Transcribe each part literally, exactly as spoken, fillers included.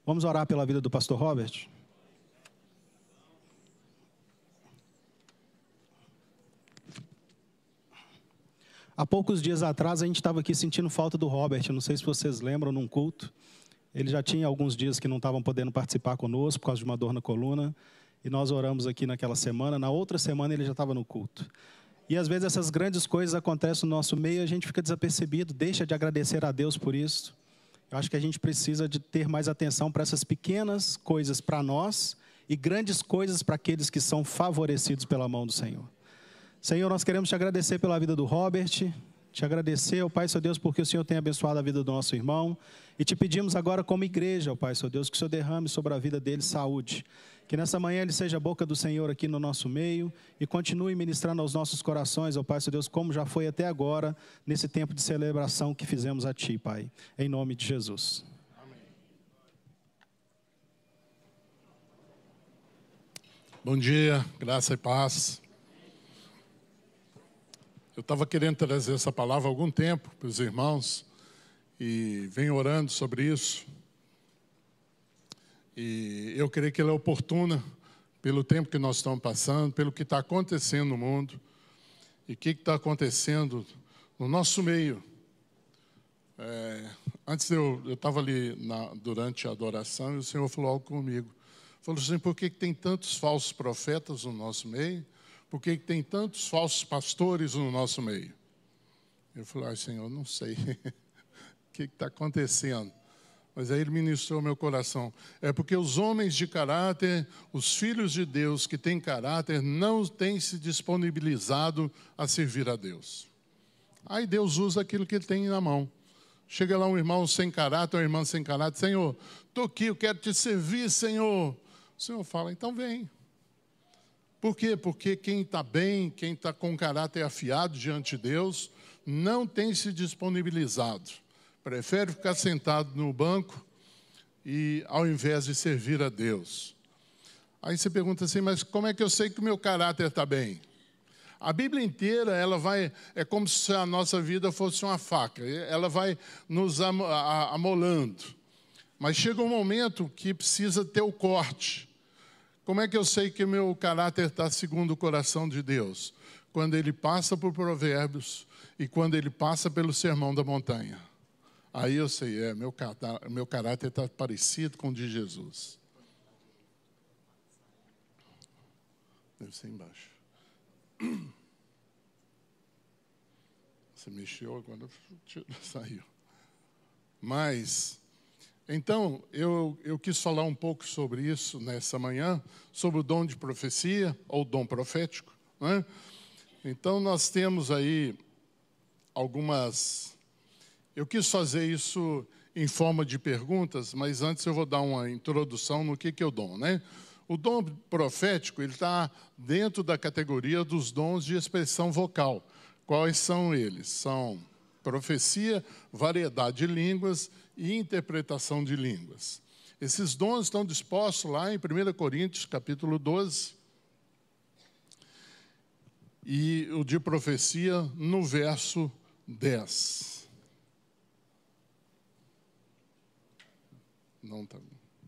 Vamos orar pela vida do pastor Robert? Há poucos dias atrás, a gente estava aqui sentindo falta do Robert. Não sei se vocês lembram, num culto. Ele já tinha alguns dias que não estavam podendo participar conosco por causa de uma dor na coluna. E nós oramos aqui naquela semana. Na outra semana, ele já estava no culto. E às vezes essas grandes coisas acontecem no nosso meio e a gente fica desapercebido, deixa de agradecer a Deus por isso. Eu acho que a gente precisa de ter mais atenção para essas pequenas coisas para nós e grandes coisas para aqueles que são favorecidos pela mão do Senhor. Senhor, nós queremos te agradecer pela vida do Robert, te agradecer, ó Pai, Senhor Deus, porque o Senhor tem abençoado a vida do nosso irmão. E te pedimos agora como igreja, ó Pai, Senhor Deus, que o Senhor derrame sobre a vida dele saúde. Que nessa manhã ele seja a boca do Senhor aqui no nosso meio e continue ministrando aos nossos corações, ó Pai, Senhor Deus, como já foi até agora, nesse tempo de celebração que fizemos a Ti, Pai. Em nome de Jesus. Amém. Bom dia, graça e paz. Eu estava querendo trazer essa palavra há algum tempo para os irmãos e venho orando sobre isso. E eu creio que ela é oportuna pelo tempo que nós estamos passando, pelo que está acontecendo no mundo e o que está acontecendo no nosso meio. É, antes eu estava ali na, durante a adoração e o Senhor falou algo comigo. Falou assim, por que, que tem tantos falsos profetas no nosso meio? Por que tem tantos falsos pastores no nosso meio? Eu falei, ai, Senhor, não sei o que está acontecendo. Mas aí Ele ministrou meu coração. É porque os homens de caráter, os filhos de Deus que têm caráter, não têm se disponibilizado a servir a Deus. Aí Deus usa aquilo que Ele tem na mão. Chega lá um irmão sem caráter, uma irmã sem caráter. Senhor, estou aqui, eu quero te servir, Senhor. O Senhor fala, então vem. Por quê? Porque quem está bem, quem está com caráter afiado diante de Deus, não tem se disponibilizado. Prefere ficar sentado no banco e ao invés de servir a Deus. Aí você pergunta assim, mas como é que eu sei que o meu caráter está bem? A Bíblia inteira, ela vai, é como se a nossa vida fosse uma faca. Ela vai nos amolando. Mas chega um momento que precisa ter o corte. Como é que eu sei que meu caráter está segundo o coração de Deus? Quando ele passa por Provérbios e quando ele passa pelo Sermão da Montanha. Aí eu sei, é, meu, meu caráter está parecido com o de Jesus. Deve ser embaixo. Você mexeu, agora saiu. Mas... Então, eu, eu quis falar um pouco sobre isso nessa manhã, sobre o dom de profecia, ou dom profético, né? Então, nós temos aí algumas... Eu quis fazer isso em forma de perguntas, mas antes eu vou dar uma introdução no que, que é o dom, né? O dom profético, ele está dentro da categoria dos dons de expressão vocal. Quais são eles? São profecia, variedade de línguas e interpretação de línguas. Esses dons estão dispostos lá em primeira Coríntios, capítulo doze. E o de profecia no verso dez. Não está.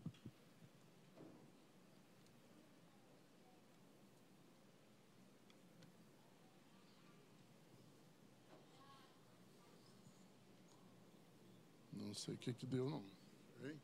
Não sei o que que deu, não. Hein?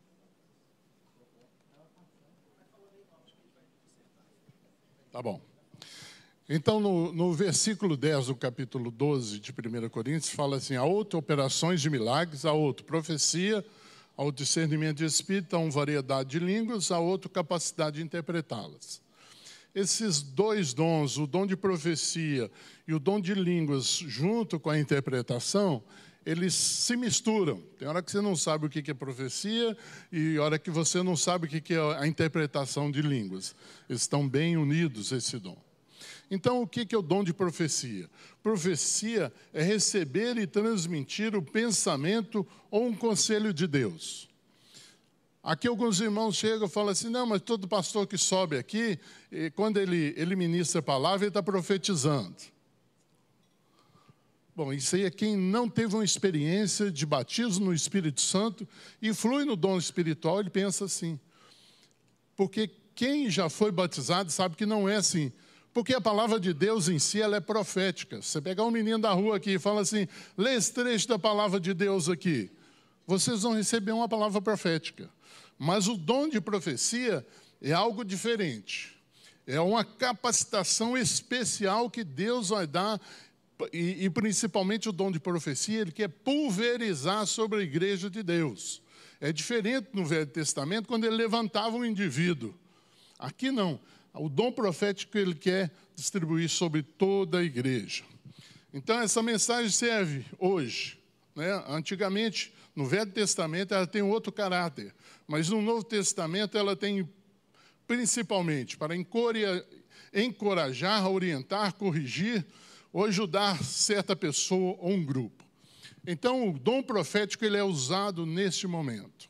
Tá bom. Então, no, no versículo dez do capítulo doze de primeira Coríntios, fala assim, a outro operações de milagres, a outro profecia, a outro discernimento de espírito, a um variedade de línguas, a outro capacidade de interpretá-las. Esses dois dons, o dom de profecia e o dom de línguas, junto com a interpretação, eles se misturam. Tem hora que você não sabe o que é profecia e hora que você não sabe o que é a interpretação de línguas. Eles estão bem unidos, esse dom. Então, o que é o dom de profecia? Profecia é receber e transmitir o pensamento ou um conselho de Deus. Aqui alguns irmãos chegam e falam assim, não, mas todo pastor que sobe aqui, quando ele, ele ministra a palavra, ele está profetizando. Bom, isso aí é quem não teve uma experiência de batismo no Espírito Santo e flui no dom espiritual, ele pensa assim. Porque quem já foi batizado sabe que não é assim. Porque a palavra de Deus em si, ela é profética. Você pegar um menino da rua aqui e fala assim, lê esse trecho da palavra de Deus aqui. Vocês vão receber uma palavra profética. Mas o dom de profecia é algo diferente. É uma capacitação especial que Deus vai dar, e, e principalmente o dom de profecia, ele quer pulverizar sobre a igreja de Deus. É diferente no Velho Testamento, quando ele levantava um indivíduo. Aqui não. O dom profético ele quer distribuir sobre toda a igreja. Então, essa mensagem serve hoje. Né? Antigamente, no Velho Testamento, ela tem outro caráter. Mas no Novo Testamento, ela tem principalmente para encorajar, orientar, corrigir ou ajudar certa pessoa ou um grupo. Então, o dom profético ele é usado neste momento.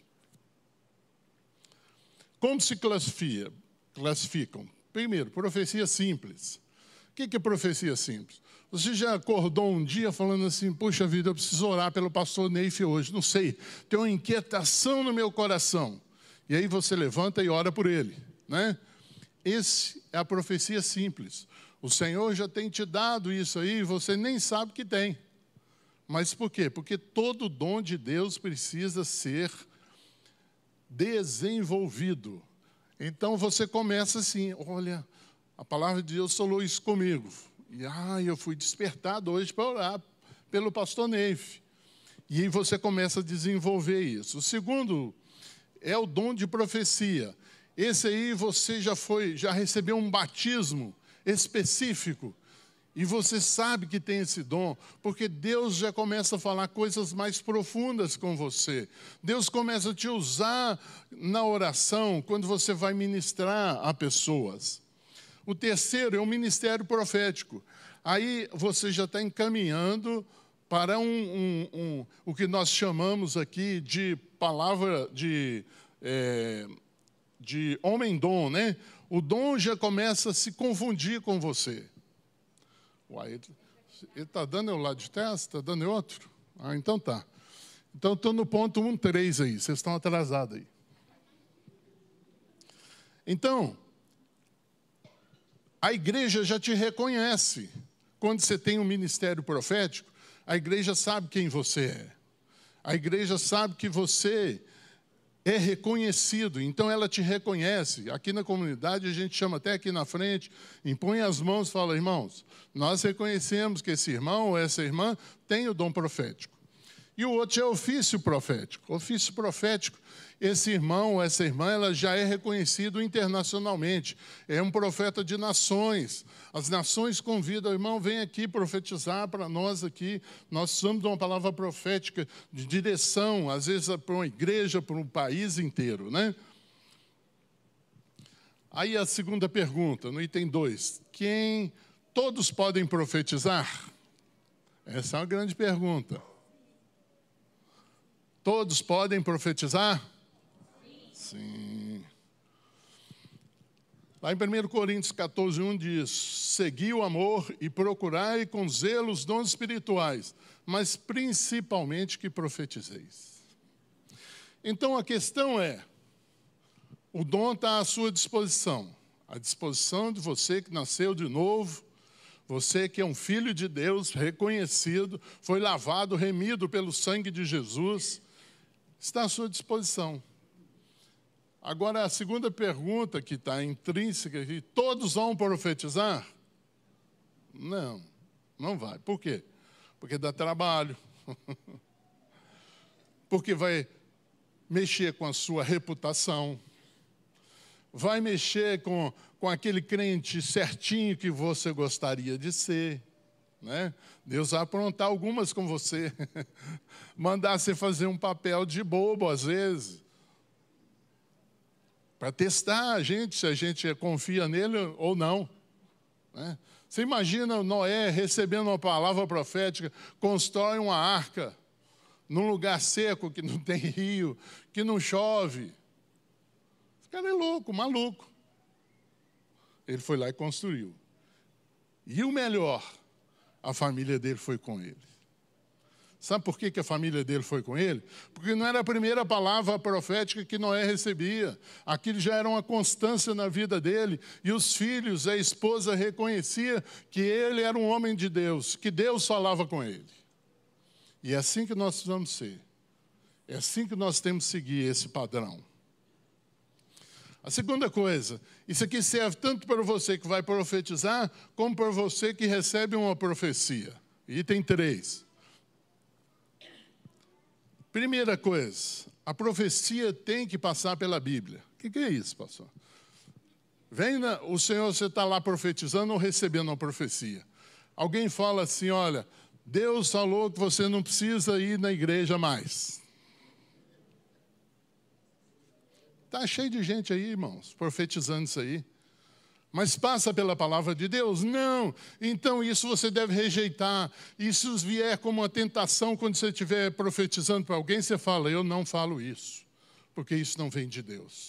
Como se classifica? classificam? Primeiro, profecia simples. O que é profecia simples? Você já acordou um dia falando assim, puxa vida, eu preciso orar pelo pastor Neif hoje, não sei, tem uma inquietação no meu coração. E aí você levanta e ora por ele, né? Essa é a profecia simples. O Senhor já tem te dado isso aí e você nem sabe que tem. Mas por quê? Porque todo dom de Deus precisa ser desenvolvido. Então você começa assim, olha, a palavra de Deus falou isso comigo. E ah, eu fui despertado hoje para orar pelo pastor Neif. E aí você começa a desenvolver isso. O segundo é o dom de profecia. Esse aí você já foi, já recebeu um batismo específico. E você sabe que tem esse dom, porque Deus já começa a falar coisas mais profundas com você. Deus começa a te usar na oração, quando você vai ministrar a pessoas. O terceiro é o ministério profético. Aí você já está encaminhando para um, um, um, o que nós chamamos aqui de palavra de, é, de homem-dom, né? O dom já começa a se confundir com você. Uai, ele está dando o lado de teste? Está dando outro? Ah, então tá. Então estou no ponto um, três aí, vocês estão atrasados aí. Então, a igreja já te reconhece. Quando você tem um ministério profético, a igreja sabe quem você é. A igreja sabe que você é reconhecido, então ela te reconhece. Aqui na comunidade a gente chama até aqui na frente, impõe as mãos e fala, irmãos, nós reconhecemos que esse irmão ou essa irmã tem o dom profético. E o outro é ofício profético. Ofício profético, esse irmão ou essa irmã, ela já é reconhecido internacionalmente. É um profeta de nações. As nações convidam, irmão, vem aqui profetizar para nós aqui. Nós precisamos de uma palavra profética de direção, às vezes para uma igreja, para um país inteiro, né? Aí a segunda pergunta, no item dois. Quem todos podem profetizar? Essa é uma grande pergunta. Todos podem profetizar? Sim. Sim. Lá em primeiro Coríntios quatorze, um diz, segui o amor e procurai com zelo os dons espirituais, mas principalmente que profetizeis. Então a questão é, o dom está à sua disposição, à disposição de você que nasceu de novo, você que é um filho de Deus, reconhecido, foi lavado, remido pelo sangue de Jesus, está à sua disposição. Agora, a segunda pergunta que está intrínseca aqui, todos vão profetizar? Não, não vai. Por quê? Porque dá trabalho. Porque vai mexer com a sua reputação. Vai mexer com, com aquele crente certinho que você gostaria de ser. Né? Deus vai aprontar algumas com você. Mandar você fazer um papel de bobo, às vezes. Para testar a gente, se a gente confia nele ou não. Né? Você imagina Noé recebendo uma palavra profética, constrói uma arca num lugar seco, que não tem rio, que não chove. Esse cara é louco, maluco. Ele foi lá e construiu. E o melhor, a família dele foi com ele. Sabe por que que a família dele foi com ele? Porque não era a primeira palavra profética que Noé recebia. Aquilo já era uma constância na vida dele. E os filhos, a esposa reconhecia que ele era um homem de Deus, que Deus falava com ele. E é assim que nós precisamos ser. É assim que nós temos que seguir esse padrão. A segunda coisa, isso aqui serve tanto para você que vai profetizar, como para você que recebe uma profecia. Item três. Primeira coisa, a profecia tem que passar pela Bíblia. O que, que é isso, pastor? Vem na, o Senhor, você está lá profetizando ou recebendo uma profecia. Alguém fala assim, olha, Deus falou que você não precisa ir na igreja mais. Está cheio de gente aí, irmãos, profetizando isso aí. Mas passa pela palavra de Deus? Não. Então isso você deve rejeitar. E se vier como uma tentação, quando você estiver profetizando para alguém, você fala, eu não falo isso, porque isso não vem de Deus.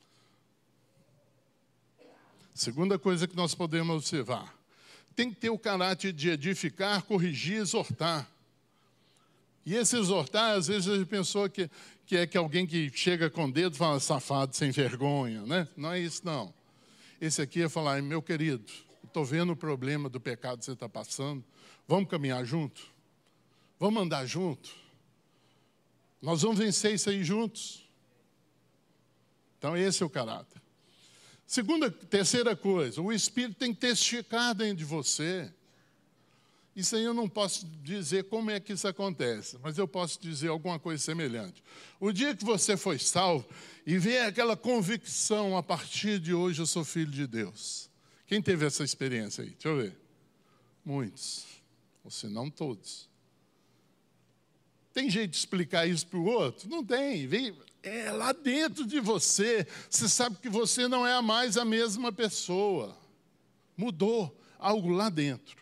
Segunda coisa que nós podemos observar, tem que ter o caráter de edificar, corrigir, exortar. E esse exortar, às vezes a gente pensou que, que é que alguém que chega com o dedo e fala, safado, sem vergonha, né? Não é isso, não. Esse aqui é falar, meu querido, estou vendo o problema do pecado que você está passando, vamos caminhar junto? Vamos andar junto? Nós vamos vencer isso aí juntos? Então, esse é o caráter. Segunda, terceira coisa, o Espírito tem que testificar dentro de você. Isso aí eu não posso dizer como é que isso acontece, mas eu posso dizer alguma coisa semelhante. O dia que você foi salvo e vê aquela convicção, a partir de hoje eu sou filho de Deus. Quem teve essa experiência aí? Deixa eu ver. Muitos, ou se não todos. Tem jeito de explicar isso para o outro? Não tem. Vem, é lá dentro de você. Você sabe que você não é mais a mesma pessoa. Mudou algo lá dentro.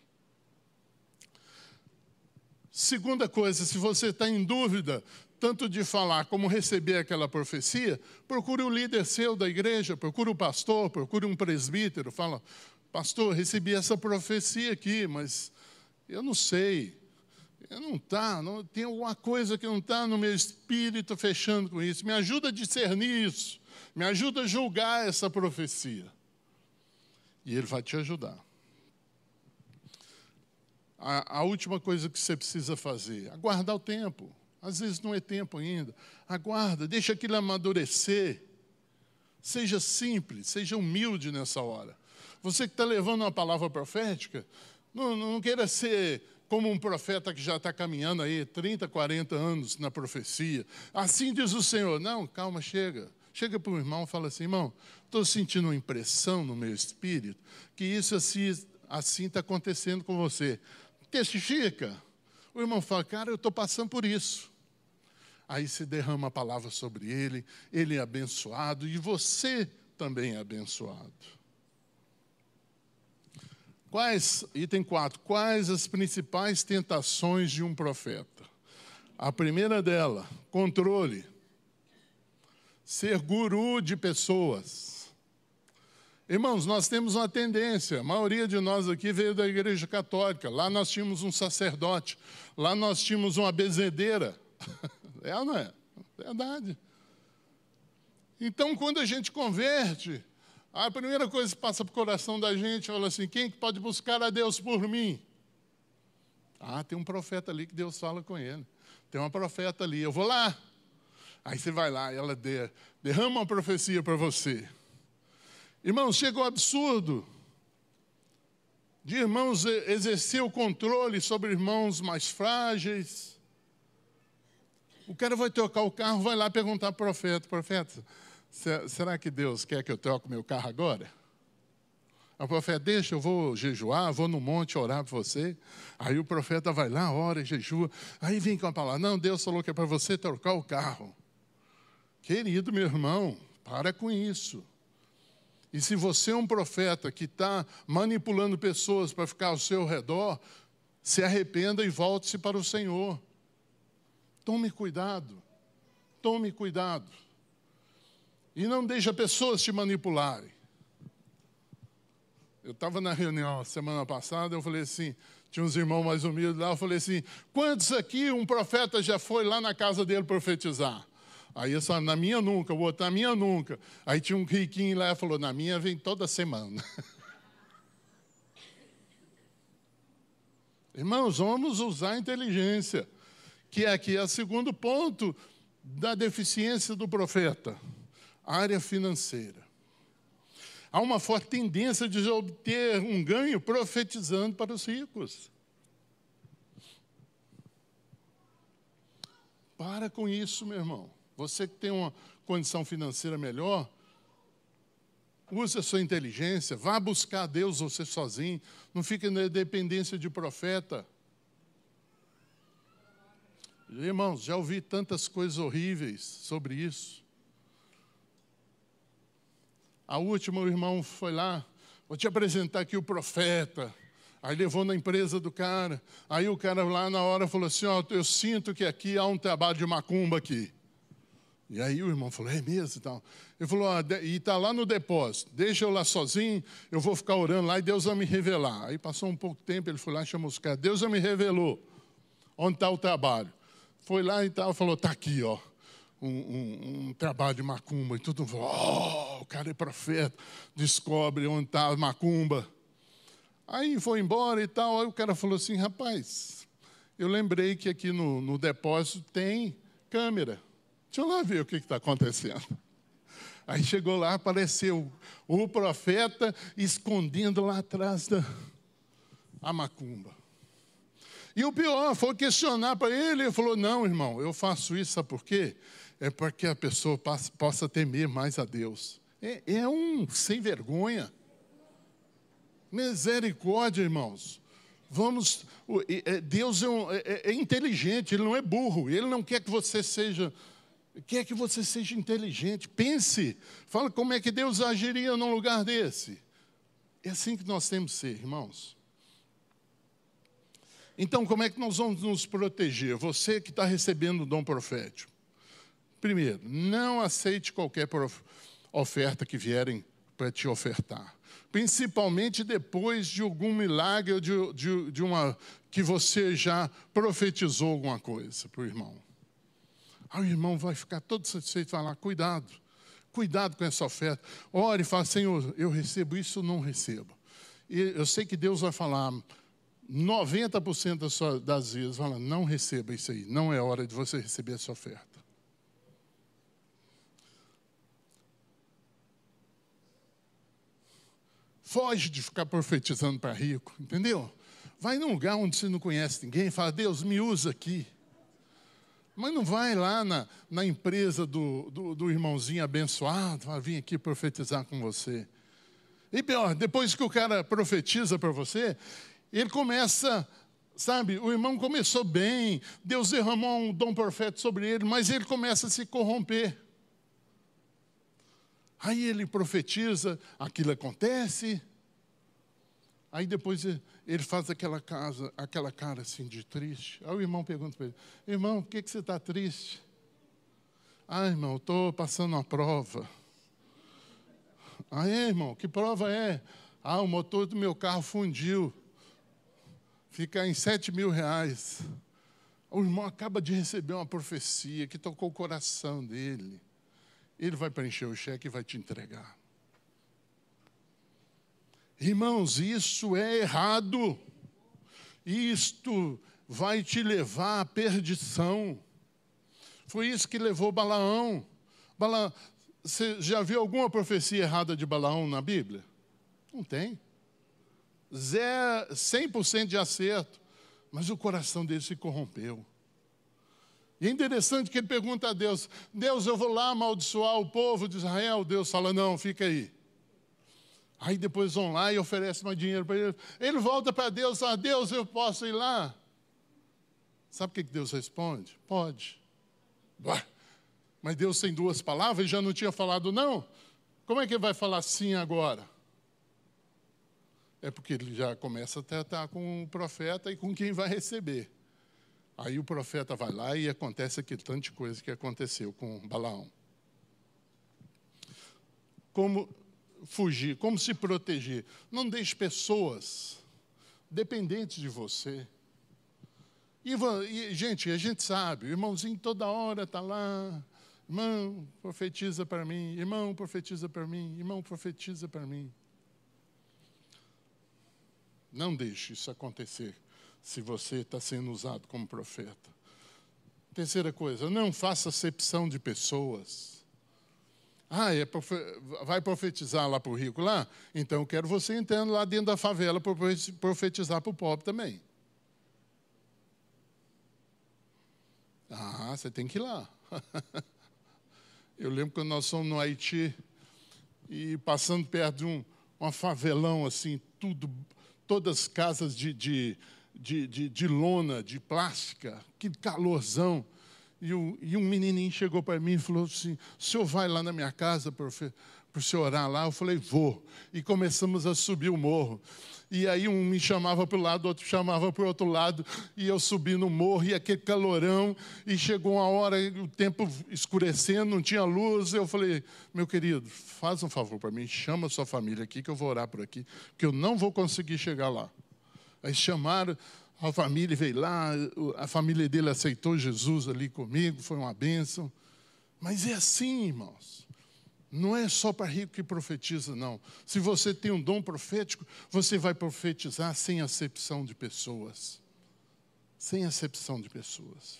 Segunda coisa, se você está em dúvida, tanto de falar como receber aquela profecia, procure o líder seu da igreja, procure o pastor, procure um presbítero, fala, pastor, recebi essa profecia aqui, mas eu não sei, eu não tá, não, tem alguma coisa que não está no meu espírito fechando com isso, me ajuda a discernir isso, me ajuda a julgar essa profecia. E ele vai te ajudar. A, a última coisa que você precisa fazer, aguardar o tempo. Às vezes não é tempo ainda. Aguarda, deixa aquilo amadurecer. Seja simples, seja humilde nessa hora. Você que está levando uma palavra profética, não, não queira ser como um profeta que já está caminhando aí trinta, quarenta anos na profecia. Assim diz o Senhor. Não, calma, chega. Chega para o irmão e fala assim, irmão, estou sentindo uma impressão no meu espírito que isso assim assim está acontecendo com você. Testifica. O irmão fala, cara, eu estou passando por isso. Aí se derrama a palavra sobre ele, ele é abençoado e você também é abençoado. Quais, item quatro, quais as principais tentações de um profeta? A primeira dela, controle. Ser guru de pessoas. Irmãos, nós temos uma tendência, a maioria de nós aqui veio da igreja católica, lá nós tínhamos um sacerdote, lá nós tínhamos uma bezedeira. É ou não é? Verdade. Então, quando a gente converte, a primeira coisa que passa para o coração da gente, fala assim, quem pode buscar a Deus por mim? Ah, tem um profeta ali que Deus fala com ele. Tem uma profeta ali, eu vou lá. Aí você vai lá e ela derrama uma profecia para você. Irmãos, chega o absurdo de irmãos exercer o controle sobre irmãos mais frágeis. O cara vai trocar o carro, vai lá perguntar para o profeta, profeta, será que Deus quer que eu troque meu carro agora? O profeta, deixa, eu vou jejuar, vou no monte orar por você. Aí o profeta vai lá, ora, jejua. Aí vem com a palavra, não, Deus falou que é para você trocar o carro. Querido meu irmão, para com isso. E se você é um profeta que está manipulando pessoas para ficar ao seu redor, se arrependa e volte-se para o Senhor. Tome cuidado, tome cuidado. E não deixe pessoas te manipularem. Eu estava na reunião semana passada, eu falei assim, tinha uns irmãos mais humildes lá, eu falei assim, quantos aqui um profeta já foi lá na casa dele profetizar? Aí eu falei, na minha nunca, o outro, na minha nunca. Aí tinha um riquinho lá e falou, na minha vem toda semana. Irmãos, vamos usar a inteligência, que aqui é o segundo ponto da deficiência do profeta, área financeira. Há uma forte tendência de obter um ganho profetizando para os ricos. Para com isso, meu irmão. Você que tem uma condição financeira melhor, use a sua inteligência, vá buscar a Deus você sozinho, não fique na dependência de profeta. Irmãos, já ouvi tantas coisas horríveis sobre isso. A última, o irmão foi lá, vou te apresentar aqui o profeta. Aí levou na empresa do cara. Aí o cara lá na hora falou assim, ó, eu sinto que aqui há um trabalho de macumba aqui. E aí o irmão falou, é mesmo e tal. Ele falou, ah, e está lá no depósito, deixa eu lá sozinho, eu vou ficar orando lá e Deus vai me revelar. Aí passou um pouco de tempo, ele foi lá e chamou os caras, Deus já me revelou onde está o trabalho. Foi lá e tal, falou, está aqui, ó. Um, um, um trabalho de macumba, e todo mundo falou, oh, o cara é profeta, descobre onde está a macumba. Aí foi embora e tal, aí o cara falou assim, rapaz, eu lembrei que aqui no, no depósito tem câmera, deixa eu lá ver o que está acontecendo. Aí chegou lá, apareceu o profeta escondendo lá atrás da a macumba. E o pior foi questionar para ele, ele falou, não, irmão, eu faço isso, sabe por quê? É para que a pessoa possa temer mais a Deus. É, é um sem vergonha. Misericórdia, irmãos. Vamos, Deus é, um, é, é inteligente, Ele não é burro. Ele não quer que você seja, quer que você seja inteligente. Pense, fala como é que Deus agiria num lugar desse. É assim que nós temos que ser, irmãos. Então, como é que nós vamos nos proteger? Você que está recebendo o dom profético. Primeiro, não aceite qualquer oferta que vierem para te ofertar. Principalmente depois de algum milagre ou de, de, de uma que você já profetizou alguma coisa para o irmão. Aí o irmão vai ficar todo satisfeito e falar, cuidado, cuidado com essa oferta. Ore e fala, Senhor, eu recebo isso ou não recebo? E eu sei que Deus vai falar, noventa por cento das vezes, fala, não receba isso aí, não é hora de você receber essa oferta. Foge de ficar profetizando para rico, entendeu? Vai num lugar onde você não conhece ninguém, fala, Deus, me usa aqui. Mas não vai lá na, na empresa do, do, do irmãozinho abençoado, vai vir aqui profetizar com você. E pior, depois que o cara profetiza para você, ele começa, sabe, o irmão começou bem, Deus derramou um dom profético sobre ele, mas ele começa a se corromper. Aí ele profetiza, aquilo acontece, aí depois ele faz aquela, casa, aquela cara assim de triste. Aí o irmão pergunta para ele, irmão, por que, que você está triste? Ah, irmão, estou passando uma prova. Ah, é, irmão, que prova é? Ah, o motor do meu carro fundiu. Fica em sete mil reais. O irmão acaba de receber uma profecia que tocou o coração dele. Ele vai preencher o cheque e vai te entregar. Irmãos, isso é errado. Isto vai te levar à perdição. Foi isso que levou Balaão. Balaão, você já viu alguma profecia errada de Balaão na Bíblia? Não tem. Zero, cem por cento de acerto. Mas o coração dele se corrompeu. E é interessante que ele pergunta a Deus, Deus, eu vou lá amaldiçoar o povo de Israel? Deus fala, não, fica aí. Aí depois vão lá e oferecem mais dinheiro para ele. Ele volta para Deus e fala, Deus, eu posso ir lá? Sabe o que Deus responde? Pode. Bah, mas Deus tem duas palavras e já não tinha falado não? Como é que ele vai falar sim agora? É porque ele já começa a tratar com o profeta e com quem vai receber. Aí o profeta vai lá e acontece aquele tanto de coisa que aconteceu com Balaão. Como fugir, como se proteger. Não deixe pessoas dependentes de você. E, e, gente, a gente sabe, o irmãozinho toda hora está lá, irmão, profetiza para mim, irmão, profetiza para mim, irmão, profetiza para mim. Não deixe isso acontecer se você está sendo usado como profeta. Terceira coisa, não faça acepção de pessoas. Ah, é profe... vai profetizar lá para o rico lá? Então eu quero você entrando lá dentro da favela para profetizar para o pobre também. Ah, você tem que ir lá. Eu lembro quando nós fomos no Haiti e passando perto de um uma favelão assim, tudo, todas casas de, de, de, de, de lona, de plástica, que calorzão. E, o, e um menininho chegou para mim e falou assim, o senhor vai lá na minha casa para o senhor orar lá? Eu falei, vou. E começamos a subir o morro. E aí um me chamava para o lado, outro chamava para o outro lado, e eu subi no morro, e aquele calorão, e chegou uma hora, o tempo escurecendo, não tinha luz, eu falei, meu querido, faz um favor para mim, chama a sua família aqui, que eu vou orar por aqui, porque eu não vou conseguir chegar lá. Aí chamaram, a família veio lá, a família dele aceitou Jesus ali comigo, foi uma bênção. Mas é assim, irmãos. Não é só para rico que profetiza, não. Se você tem um dom profético, você vai profetizar sem acepção de pessoas. Sem acepção de pessoas.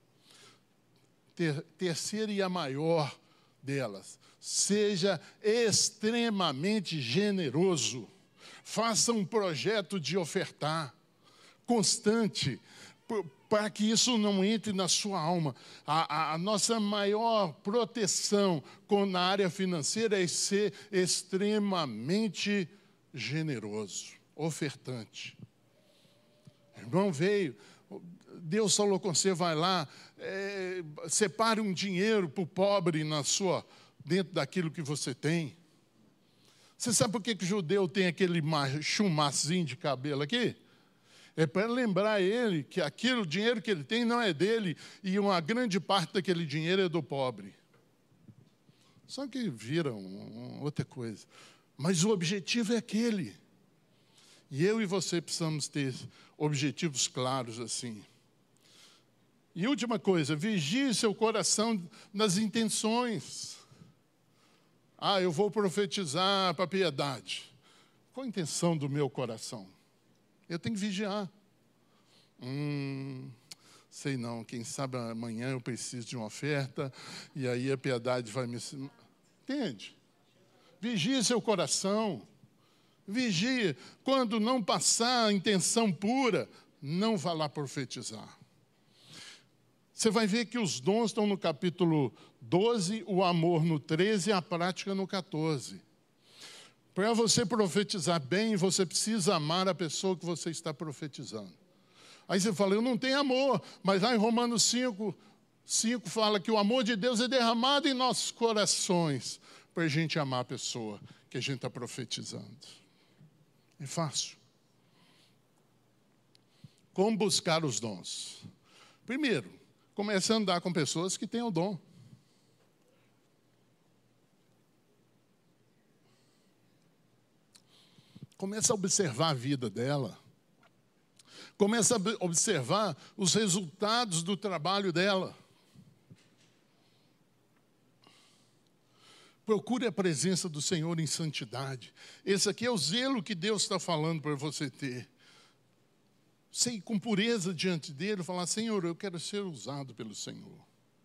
Ter, terceira e a maior delas. Seja extremamente generoso. Faça um projeto de ofertar constante, para que isso não entre na sua alma. A, a, a nossa maior proteção com, na área financeira é ser extremamente generoso, ofertante. O irmão veio, Deus falou com você, vai lá, é, separe um dinheiro para o pobre na sua, dentro daquilo que você tem. Você sabe por que, que o judeu tem aquele chumacinho de cabelo aqui? É para lembrar ele que aquele o dinheiro que ele tem não é dele e uma grande parte daquele dinheiro é do pobre. Só que vira um, outra coisa. Mas o objetivo é aquele. E eu e você precisamos ter objetivos claros assim. E última coisa, vigie seu coração nas intenções. Ah, eu vou profetizar para a piedade. Qual a intenção do meu coração? Eu tenho que vigiar. Hum, sei não, quem sabe amanhã eu preciso de uma oferta, e aí a piedade vai me... Entende? Vigie seu coração. Vigie. Quando não passar a intenção pura, não vá lá profetizar. Você vai ver que os dons estão no capítulo doze, o amor no treze e a prática no quatorze. Para você profetizar bem, você precisa amar a pessoa que você está profetizando. Aí você fala, eu não tenho amor, mas lá em Romanos cinco, cinco fala que o amor de Deus é derramado em nossos corações para a gente amar a pessoa que a gente está profetizando. É fácil. Como buscar os dons? Primeiro, comece a andar com pessoas que têm o dom. Começa a observar a vida dela. Começa a observar os resultados do trabalho dela. Procure a presença do Senhor em santidade. Esse aqui é o zelo que Deus está falando para você ter. Sei com pureza diante dele, falar, Senhor, eu quero ser usado pelo Senhor.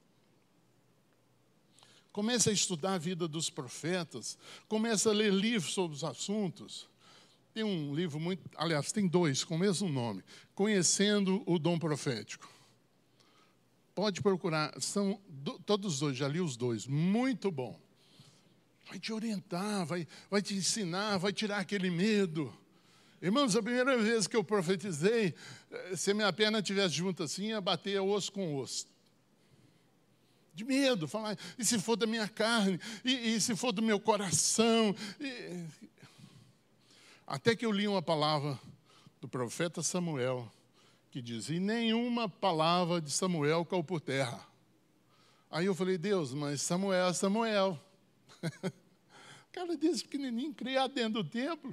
Comece a estudar a vida dos profetas. Comece a ler livros sobre os assuntos. Tem um livro muito, aliás, tem dois com o mesmo nome, Conhecendo o Dom Profético. Pode procurar, são do, todos os dois, já li os dois, muito bom. Vai te orientar, vai, vai te ensinar, vai tirar aquele medo. Irmãos, a primeira vez que eu profetizei, se a minha perna estivesse junta assim, ia bater osso com osso. De medo, falar, e se for da minha carne, e, e se for do meu coração... E, até que eu li uma palavra do profeta Samuel, que diz, e nenhuma palavra de Samuel caiu por terra. Aí eu falei, Deus, mas Samuel é Samuel. cara desse pequenininho, criado dentro do templo.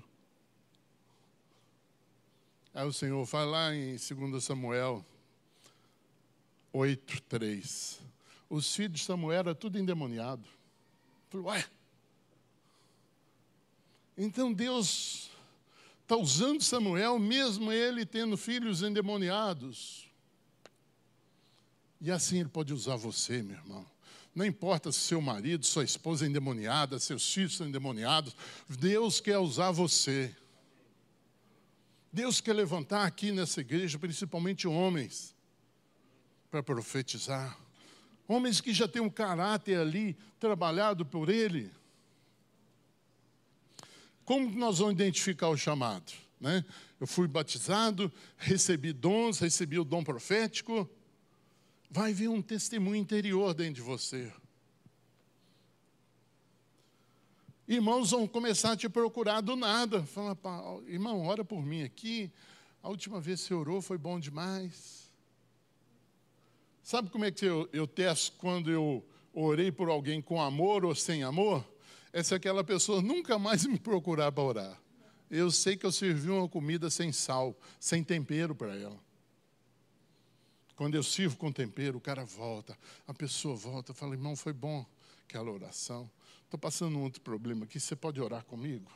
Aí o Senhor fala lá em dois Samuel oito, três. Os filhos de Samuel eram tudo endemoniado. Falei, ué? Então Deus está usando Samuel, mesmo ele tendo filhos endemoniados. E assim Ele pode usar você, meu irmão. Não importa se seu marido, sua esposa é endemoniada, seus filhos são endemoniados. Deus quer usar você. Deus quer levantar aqui nessa igreja, principalmente homens, para profetizar. Homens que já têm um caráter ali, trabalhado por Ele. Como nós vamos identificar o chamado? Né? Eu fui batizado, recebi dons, recebi o dom profético. Vai vir um testemunho interior dentro de você. Irmãos vão começar a te procurar do nada. Fala, irmão, ora por mim aqui. A última vez que você orou foi bom demais. Sabe como é que eu, eu testo quando eu orei por alguém com amor ou sem amor? É se aquela pessoa nunca mais me procurar para orar. Eu sei que eu servi uma comida sem sal, sem tempero para ela. Quando eu sirvo com tempero, o cara volta, a pessoa volta, fala, irmão, foi bom aquela oração. Estou passando um outro problema aqui, você pode orar comigo?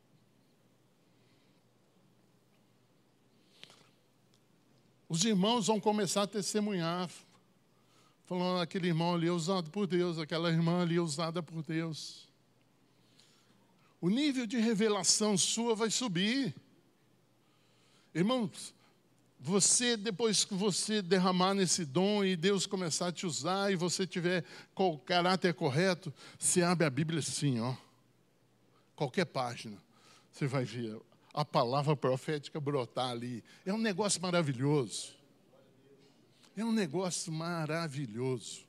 Os irmãos vão começar a testemunhar, falando, aquele irmão ali é usado por Deus, aquela irmã ali é usada por Deus. O nível de revelação sua vai subir. Irmãos, você, depois que você derramar nesse dom e Deus começar a te usar e você tiver com o caráter correto, você abre a Bíblia assim, ó. Qualquer página, você vai ver a palavra profética brotar ali. É um negócio maravilhoso. É um negócio maravilhoso.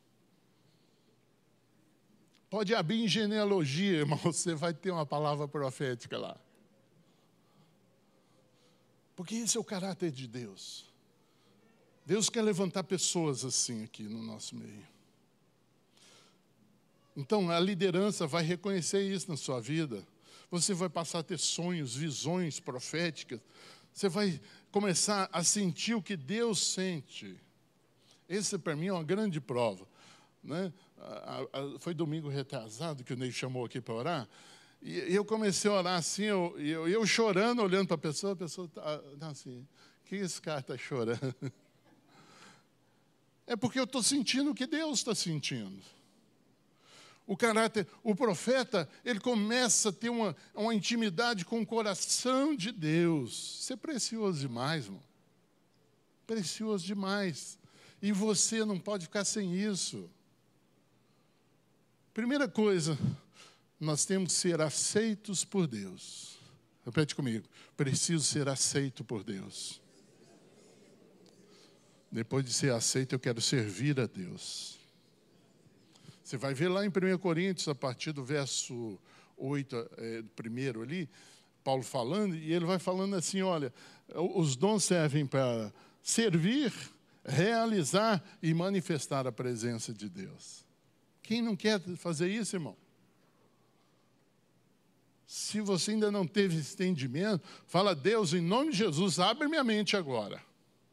Pode abrir em genealogia, irmão, você vai ter uma palavra profética lá. Porque esse é o caráter de Deus. Deus quer levantar pessoas assim aqui no nosso meio. Então, a liderança vai reconhecer isso na sua vida. Você vai passar a ter sonhos, visões proféticas. Você vai começar a sentir o que Deus sente. Esse, para mim, é uma grande prova. Né? Foi domingo retrasado que o Ney chamou aqui para orar. E eu comecei a orar assim, eu, eu, eu chorando, olhando para a pessoa, a pessoa está assim, o que esse cara está chorando? É porque eu estou sentindo o que Deus está sentindo. O caráter, o profeta, ele começa a ter uma, uma intimidade com o coração de Deus. Isso é precioso demais, irmão. Precioso demais. E você não pode ficar sem isso. Primeira coisa, nós temos que ser aceitos por Deus. Repete comigo. Preciso ser aceito por Deus. Depois de ser aceito, eu quero servir a Deus. Você vai ver lá em primeira Coríntios, a partir do verso oito, é, primeiro ali, Paulo falando, e ele vai falando assim, olha, os dons servem para servir, realizar e manifestar a presença de Deus. Quem não quer fazer isso, irmão? Se você ainda não teve esse entendimento, fala, Deus, em nome de Jesus, abre minha mente agora.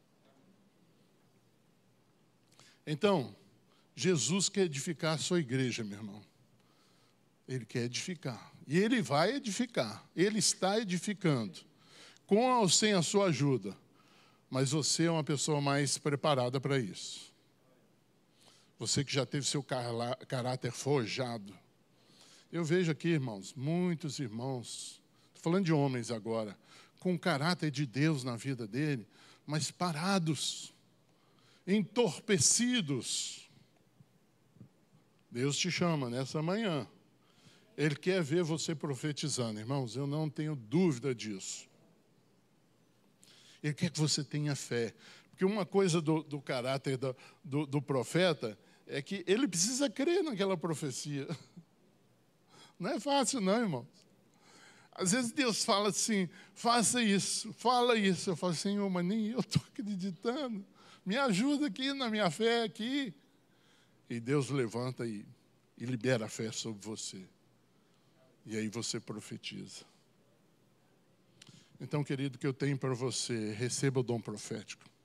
Então, Jesus quer edificar a sua igreja, meu irmão. Ele quer edificar. E Ele vai edificar. Ele está edificando. Com ou sem a sua ajuda. Mas você é uma pessoa mais preparada para isso. Você que já teve seu caráter forjado. Eu vejo aqui, irmãos, muitos irmãos, estou falando de homens agora, com o caráter de Deus na vida dele, mas parados, entorpecidos. Deus te chama nessa manhã. Ele quer ver você profetizando. Irmãos, eu não tenho dúvida disso. Ele quer que você tenha fé. Porque uma coisa do, do caráter do, do, do profeta é que ele precisa crer naquela profecia. Não é fácil não, irmãos. Às vezes Deus fala assim, faça isso, fala isso. Eu falo, Senhor, mas nem eu estou acreditando. Me ajuda aqui na minha fé aqui. E Deus levanta e, e libera a fé sobre você. E aí você profetiza. Então, querido, o que eu tenho para você, receba o dom profético.